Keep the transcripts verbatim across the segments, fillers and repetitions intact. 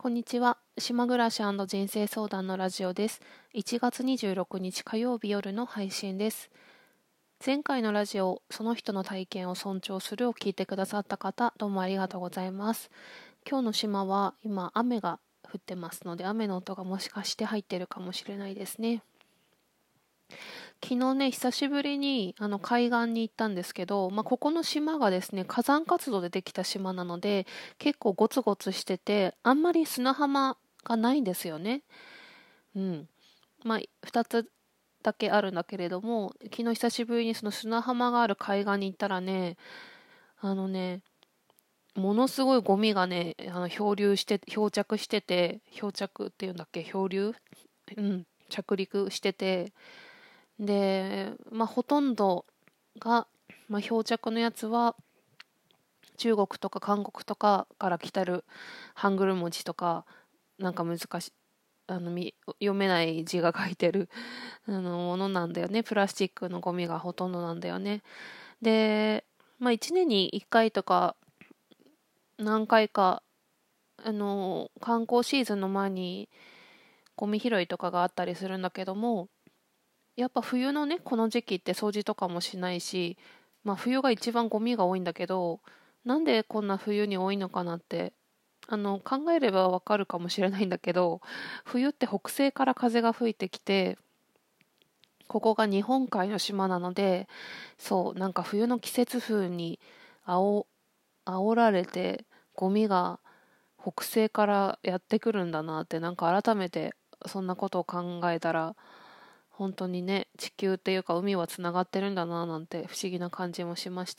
こんにちは。島暮らし人生相談のラジオです。いちがつにじゅうろくにち火曜日夜の配信です。前回のラジオ、その人の体験を尊重するを聞いてくださった方、どうもありがとうございます。今日の島は今雨が降ってますので、雨の音がもしかして入ってるかもしれないですね。昨日ね、久しぶりにあの海岸に行ったんですけど、まあ、ここの島がですね、火山活動でできた島なので、結構ゴツゴツしてて、あんまり砂浜がないんですよね。うん。まあ、ふたつだけあるんだけれども、昨日久しぶりにその砂浜がある海岸に行ったらね、あのね、ものすごいゴミがね、あの漂流して、漂着してて、漂着っていうんだっけ、漂流うん、着陸してて、で、まあ、ほとんどが、まあ、漂着のやつは中国とか韓国とかから来てるハングル文字とかなんか難しいあのみ読めない字が書いてるあのものなんだよね。プラスチックのゴミがほとんどなんだよね。で、まあ、いちねんにいっかいとか何回かあの観光シーズンの前にゴミ拾いとかがあったりするんだけども、やっぱ冬のね、この時期って掃除とかもしないし、まあ冬が一番ゴミが多いんだけど、なんでこんな冬に多いのかなって、あの、考えればわかるかもしれないんだけど、冬って北西から風が吹いてきて、ここが日本海の島なので、そう、なんか冬の季節風に煽、煽られて、ゴミが北西からやってくるんだなって、なんか改めてそんなことを考えたら、本当にね、地球っていうか海はつながってるんだななんて不思議な感じもしました。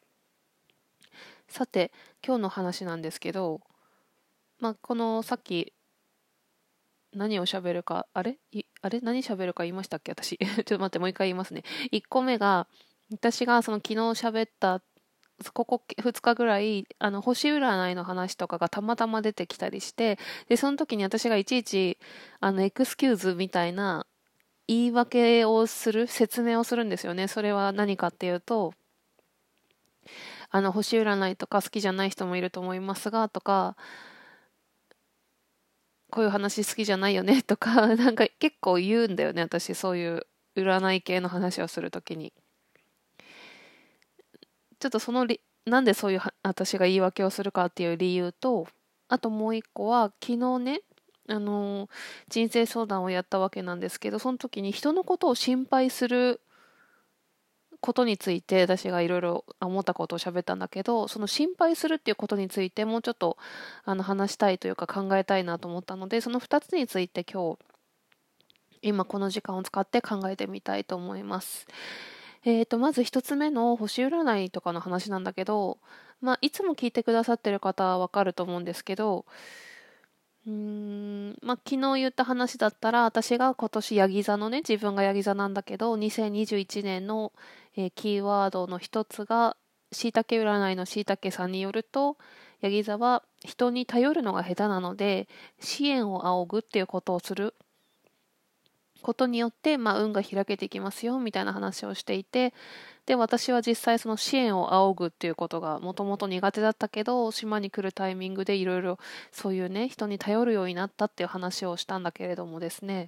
さて、今日の話なんですけど、まあ、このさっき何を喋るか、あれいあれ何喋るか言いましたっけ私。ちょっと待って、もう一回言いますね。いっこめが、私がその昨日喋った、ここふつかぐらい、あの、星占いの話とかがたまたま出てきたりして、で、その時に私がいちいち、あの、エクスキューズみたいな言い訳をする、説明をするんですよね。それは何かっていうと、あの、星占いとか好きじゃない人もいると思いますが、とか、こういう話好きじゃないよね、とか、なんか結構言うんだよね、私、そういう占い系の話をするときに。ちょっとそのり、なんでそういうは私が言い訳をするかっていう理由と、あともう一個は、昨日ね、あのー人生相談をやったわけなんですけど、その時に人のことを心配することについて私がいろいろ思ったことを喋ったんだけど、その心配するっていうことについてもうちょっとあの話したいというか考えたいなと思ったので、そのふたつについて今日今この時間を使って考えてみたいと思います。えーと、まずひとつめの星占いとかの話なんだけど、まあ、いつも聞いてくださってる方はわかると思うんですけど、うーん、まあ、昨日言った話だったら、私が今年ヤギ座のね、自分がヤギ座なんだけど、にせんにじゅういちねんの、えーキーワードの一つが、しいたけ占いのしいたけさんによると、ヤギ座は人に頼るのが下手なので、支援を仰ぐっていうことをすることによって、まあ、運が開けていきますよ、みたいな話をしていて、で、私は実際その支援を仰ぐっていうことがもともと苦手だったけど、島に来るタイミングでいろいろそういうね、人に頼るようになったっていう話をしたんだけれどもですね、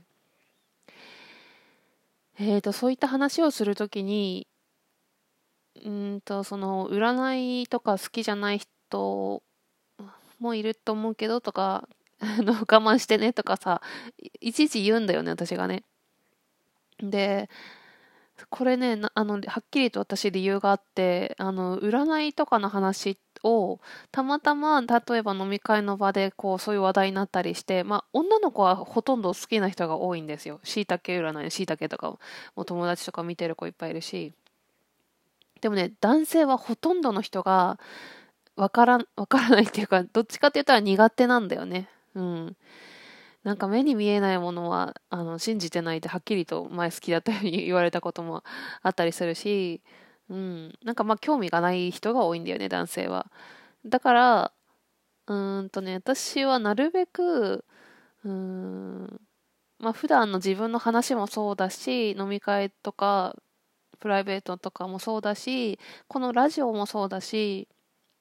えーと、そういった話をするときに、うーんと、その占いとか好きじゃない人もいると思うけどとか、あの、我慢してねとかさ、いいちいち言うんだよね、私がね。で、これね、なあの、はっきりと私理由があって、あの、占いとかの話を、たまたま、例えば飲み会の場で、こう、そういう話題になったりして、まあ、女の子はほとんど好きな人が多いんですよ。椎茸占い、椎茸とかも、もう友達とか見てる子いっぱいいるし。でもね、男性はほとんどの人が、わからん、わからないっていうか、どっちかって言ったら苦手なんだよね。うん。なんか目に見えないものは、あの、信じてないってはっきりと前好きだったように言われたこともあったりするし、うん。なんかまあ興味がない人が多いんだよね、男性は。だから、うーんとね、私はなるべく、うーん、まあ普段の自分の話もそうだし、飲み会とか、プライベートとかもそうだし、このラジオもそうだし、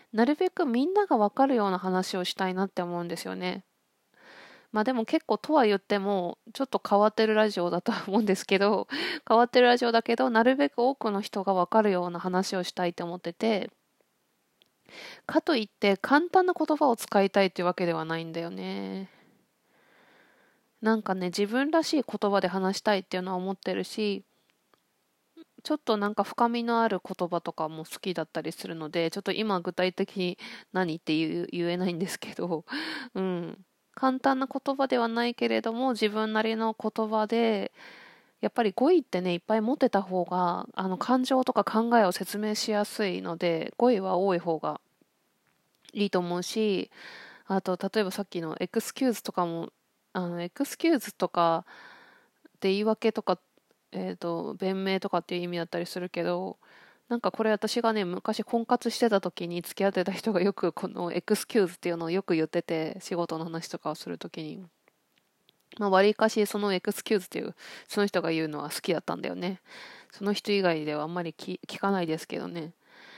なるべくみんながわかるような話をしたいなって思うんですよね。まあでも結構とは言っても、ちょっと変わってるラジオだとは思うんですけど、変わってるラジオだけど、なるべく多くの人がわかるような話をしたいと思ってて、かといって簡単な言葉を使いたいっていうわけではないんだよね。なんかね、自分らしい言葉で話したいっていうのは思ってるし、ちょっとなんか深みのある言葉とかも好きだったりするので、ちょっと今具体的に何って言う言えないんですけど、うん。簡単な言葉ではないけれども、自分なりの言葉で、やっぱり語彙ってね、いっぱい持ってた方が、あの感情とか考えを説明しやすいので、語彙は多い方がいいと思うし、あと、例えばさっきのエクスキューズとかも、あの、エクスキューズとかって言い訳とか、えっと、弁明とかっていう意味だったりするけど、なんかこれ私がね、昔婚活してた時に付き合ってた人がよくこのエクスキューズっていうのをよく言ってて、仕事の話とかをするときに。まあ、割かしそのエクスキューズっていう、その人が言うのは好きだったんだよね。その人以外ではあんまり聞聞かないですけどね。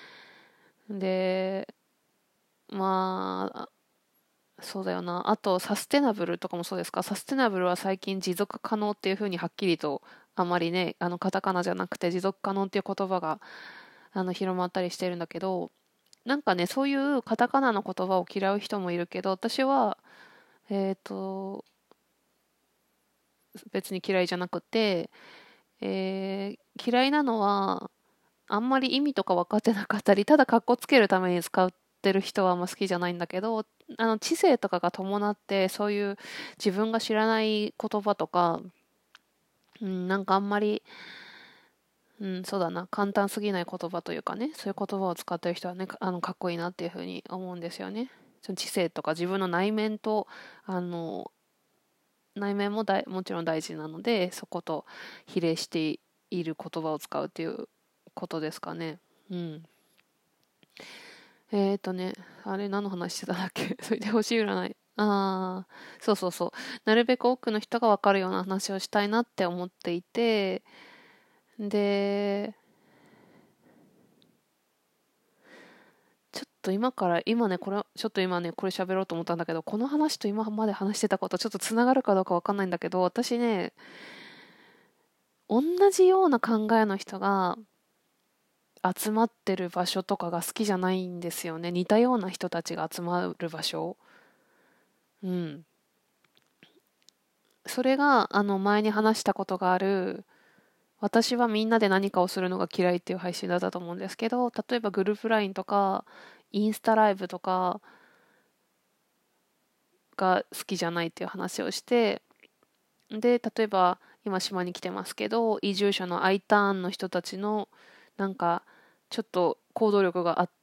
で、まあ、そうだよな。あと、サステナブルとかもそうですか。サステナブルは最近持続可能っていうふうにはっきりと、あまりね、あの、カタカナじゃなくて持続可能っていう言葉が、あの、広まったりしてるんだけど、なんかね、そういうカタカナの言葉を嫌う人もいるけど、私は、えっと、別に嫌いじゃなくて、えー嫌いなのは、あんまり意味とか分かってなかったり、ただカッコつけるために使ってる人はあんま好きじゃないんだけど、あの知性とかが伴って、そういう自分が知らない言葉とか、うん、なんかあんまり、うん、そうだな、簡単すぎない言葉というかね、そういう言葉を使ってる人はね、あのかっこいいなっていうふうに思うんですよね。その知性とか自分の内面と、あの、内面もだいもちろん大事なので、そこと比例している言葉を使うっていうことですかね。うん。えーとね、あれ何の話してたんだっけそれで星占い。ああ、そうそうそう。なるべく多くの人がわかるような話をしたいなって思っていて、で、ちょっと今から、今ね、これ、ちょっと今ね、これ喋ろうと思ったんだけど、この話と今まで話してたことちょっとつながるかどうかわかんないんだけど、私ね、同じような考えの人が集まってる場所とかが好きじゃないんですよね。似たような人たちが集まる場所。うん。それが、あの、前に話したことがある、私はみんなで何かをするのが嫌いっていう配信だったと思うんですけど、例えばグループラインとか、インスタライブとかが好きじゃないっていう話をして、で、例えば今島に来てますけど、移住者の I ターンの人たちの、なんか、ちょっと行動力があって、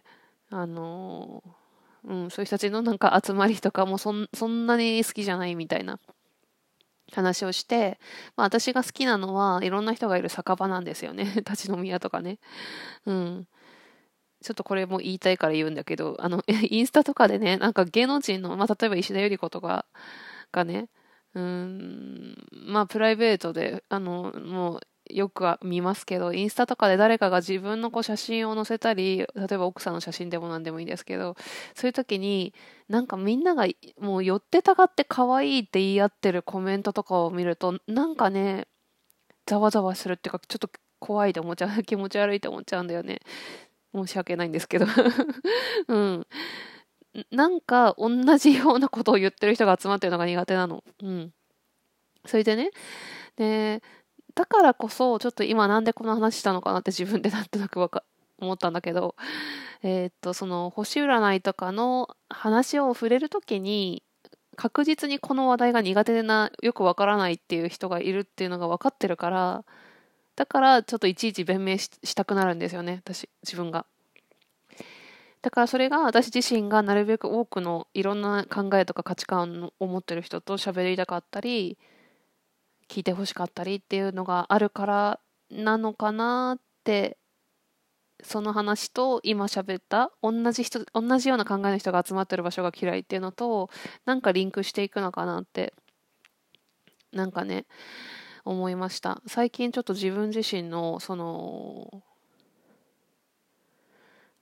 あのうん、そういう人たちのなんか集まりとかもそん、そんなに好きじゃないみたいな話をして、まあ私が好きなのはいろんな人がいる酒場なんですよね。立ち飲み屋とかね。うん。ちょっとこれも言いたいから言うんだけど、あの、インスタとかでね、なんか芸能人の、まあ例えば石田ゆり子とかがね、うーん、まあプライベートで、あの、もうよくは見ますけど、インスタとかで誰かが自分のこう写真を載せたり、例えば奥さんの写真でも何でもいいんですけど、そういう時に、なんかみんながもう寄ってたがって可愛いって言い合ってるコメントとかを見ると、なんかね、ざわざわするっていうか、ちょっと怖いと思っちゃう、気持ち悪いと思っちゃうんだよね。申し訳ないんですけど。うん。なんか同じようなことを言ってる人が集まってるのが苦手なの。うん。それでね、で、だからこそ、ちょっと今なんでこの話したのかなって自分でなんとなくわか、思ったんだけど、えーっと、その星占いとかの話を触れるときに、確実にこの話題が苦手な、よくわからないっていう人がいるっていうのが分かってるから、だからちょっといちいち弁明し、したくなるんですよね、私、自分が。だからそれが私自身がなるべく多くのいろんな考えとか価値観を持ってる人と喋りたかったり、聞いてほしかったりっていうのがあるからなのかなって、その話と今喋った同じ人、同じような考えの人が集まってる場所が嫌いっていうのと、なんかリンクしていくのかなって、なんかね、思いました。最近ちょっと自分自身の、その、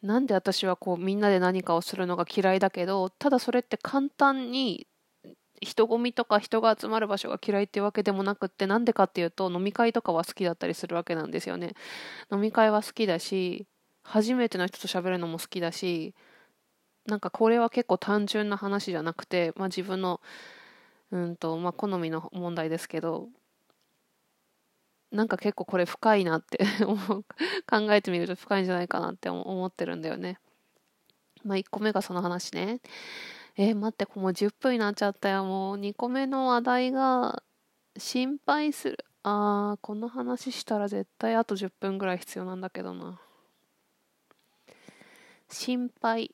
なんで私はこうみんなで何かをするのが嫌いだけど、ただそれって簡単に人混みとか人が集まる場所が嫌いっていうわけでもなくって、なんでかっていうと飲み会とかは好きだったりするわけなんですよね。飲み会は好きだし、初めての人と喋るのも好きだし、なんかこれは結構単純な話じゃなくて、まあ、自分のうんと、まあ、好みの問題ですけど、なんか結構これ深いなって思う考えてみると深いんじゃないかなって思ってるんだよね。まあいっこめがその話ね。えー待って、もうじゅっぷんになっちゃったよ。もうにこめの話題が心配する。あー、この話したら絶対あとじゅっぷんぐらい必要なんだけどな。心配。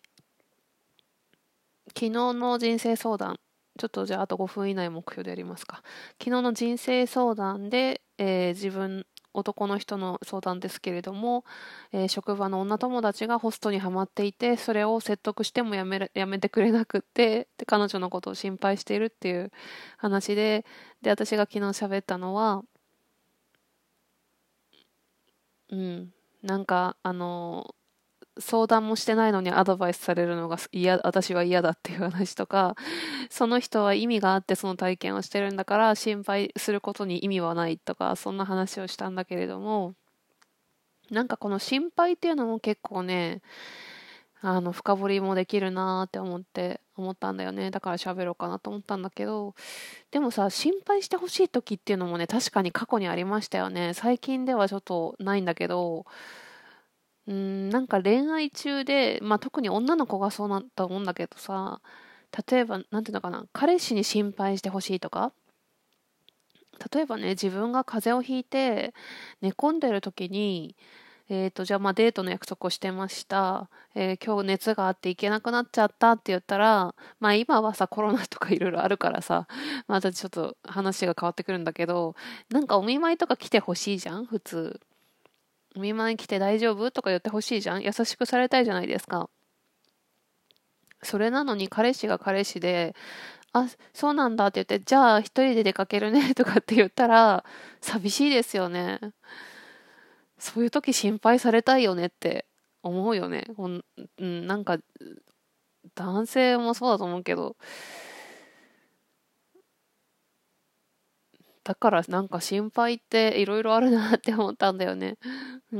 昨日の人生相談。ちょっとじゃああとごふん以内目標でやりますか。昨日の人生相談で、えー自分、男の人の相談ですけれども、えー職場の女友達がホストにはまっていて、それを説得してもやめる、やめてくれなくって、で、彼女のことを心配しているっていう話で、で、私が昨日喋ったのは、うん、なんか、あの相談もしてないのにアドバイスされるのが嫌、私は嫌だっていう話とか、その人は意味があってその体験をしてるんだから心配することに意味はないとか、そんな話をしたんだけれども、なんかこの心配っていうのも結構ね、あの、深掘りもできるなーって思って、思ったんだよね。だから喋ろうかなと思ったんだけど、でもさ、心配してほしい時っていうのもね、確かに過去にありましたよね。最近ではちょっとないんだけど、うーん、なんか恋愛中で、まあ特に女の子がそうなったと思うんだけどさ、例えば、なんていうのかな、彼氏に心配してほしいとか、例えばね、自分が風邪をひいて寝込んでる時に、えーと、じゃあまあデートの約束をしてました。えー今日熱があって行けなくなっちゃったって言ったら、まあ今はさ、コロナとかいろいろあるからさ、またちょっと話が変わってくるんだけど、なんかお見舞いとか来てほしいじゃん、普通。お見舞い来て大丈夫とか言ってほしいじゃん。優しくされたいじゃないですか。それなのに彼氏が彼氏で、あ、そうなんだって言って、じゃあ一人で出かけるねとかって言ったら、寂しいですよね。そういう時心配されたいよねって思うよね。ほん、うん、なんか男性もそうだと思うけど、だからなんか心配っていろいろあるなって思ったんだよね。うん。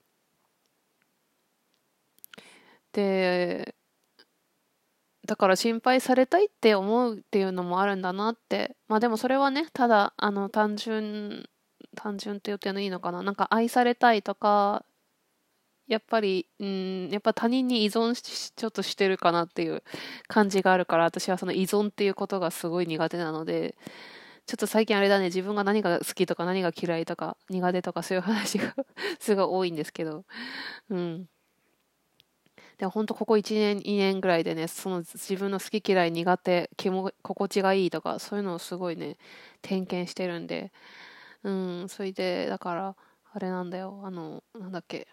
で、だから心配されたいって思うっていうのもあるんだなって。まあでもそれはね、ただ、あの、単純、単純って言ってのいいのかな。なんか愛されたいとか、やっぱり、うん、やっぱ他人に依存し、ちょっとしてるかなっていう感じがあるから、私はその依存っていうことがすごい苦手なので、ちょっと最近あれだね、自分が何が好きとか何が嫌いとか苦手とかそういう話がすごい多いんですけど、うん。でも本当ここいちねん、にねんぐらいでね、その自分の好き嫌い苦手、気も心地がいいとか、そういうのをすごいね、点検してるんで、うん、それで、だから、あれなんだよ、あの、なんだっけ、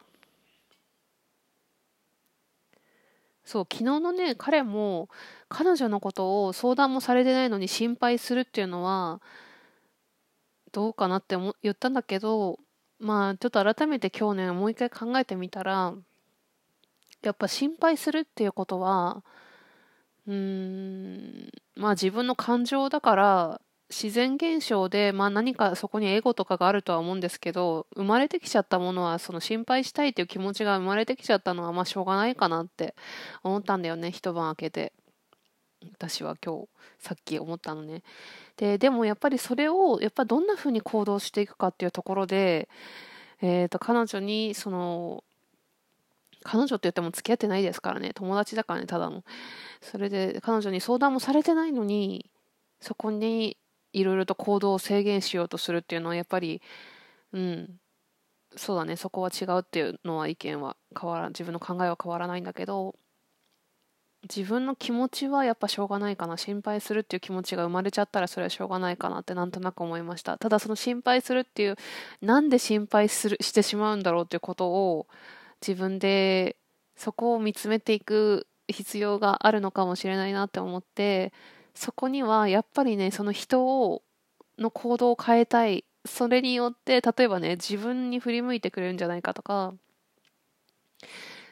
そう、昨日のね、彼も、彼女のことを相談もされてないのに心配するっていうのは、どうかなって思言ったんだけど、まあ、ちょっと改めて今日ね、もう一回考えてみたら、やっぱ心配するっていうことは、うーん、まあ自分の感情だから、自然現象で、まあ何かそこにエゴとかがあるとは思うんですけど、生まれてきちゃったものは、その心配したいっていう気持ちが生まれてきちゃったのは、まあしょうがないかなって思ったんだよね、一晩明けて。私は今日、さっき思ったのね。で、でもやっぱりそれを、やっぱどんな風に行動していくかっていうところで、えっと、彼女に、その、彼女って言っても付き合ってないですからね、友達だからね、ただの。それで彼女に相談もされてないのに、そこにいろいろと行動を制限しようとするっていうのはやっぱり、うん、そうだね、そこは違うっていうのは意見は変わら、自分の考えは変わらないんだけど、自分の気持ちはやっぱしょうがないかな。心配するっていう気持ちが生まれちゃったらそれはしょうがないかなってなんとなく思いました。ただその心配するっていう、なんで心配する、してしまうんだろうっていうことを自分でそこを見つめていく必要があるのかもしれないなって思って、そこにはやっぱりね、その人を、の行動を変えたい。それによって、例えばね、自分に振り向いてくれるんじゃないかとか、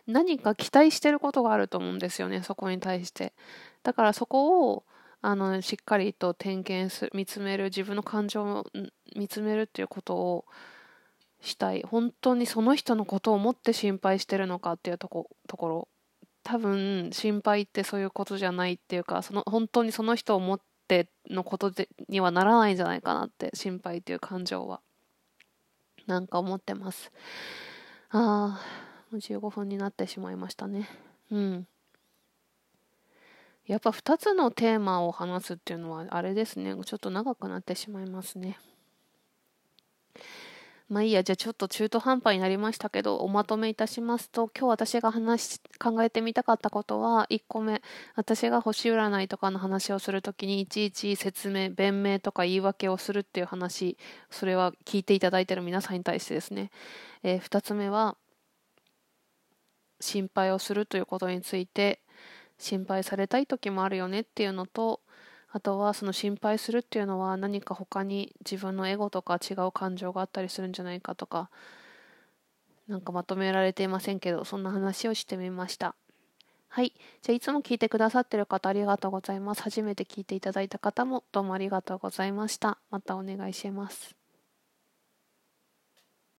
何か期待してることがあると思うんですよね、そこに対して。だからそこをあのしっかりと点検する、見つめる、自分の感情を見つめるっていうことをしたい。本当にその人のことを思って心配してるのかっていうとこ、ところ。多分心配ってそういうことじゃないっていうか、その本当にその人を思ってのことでにはならないんじゃないかなって、心配っていう感情はなんか思ってます。ああ、もうじゅうごふんになってしまいましたね。うん。やっぱふたつのテーマを話すっていうのはあれですね。ちょっと長くなってしまいますね。まあいいや、じゃあちょっと中途半端になりましたけど、おまとめいたしますと、今日私が話し、考えてみたかったことは、いっこめ、私が星占いとかの話をするときに、いちいち説明、弁明とか言い訳をするっていう話、それは聞いていただいている皆さんに対してですね。えー、ふたつめは、心配をするということについて、心配されたい時もあるよねっていうのと、あとはその心配するっていうのは何か他に自分のエゴとか違う感情があったりするんじゃないかとか、なんかまとめられていませんけど、そんな話をしてみました。はい。じゃあいつも聞いてくださってる方ありがとうございます。初めて聞いていただいた方もどうもありがとうございました。またお願いします。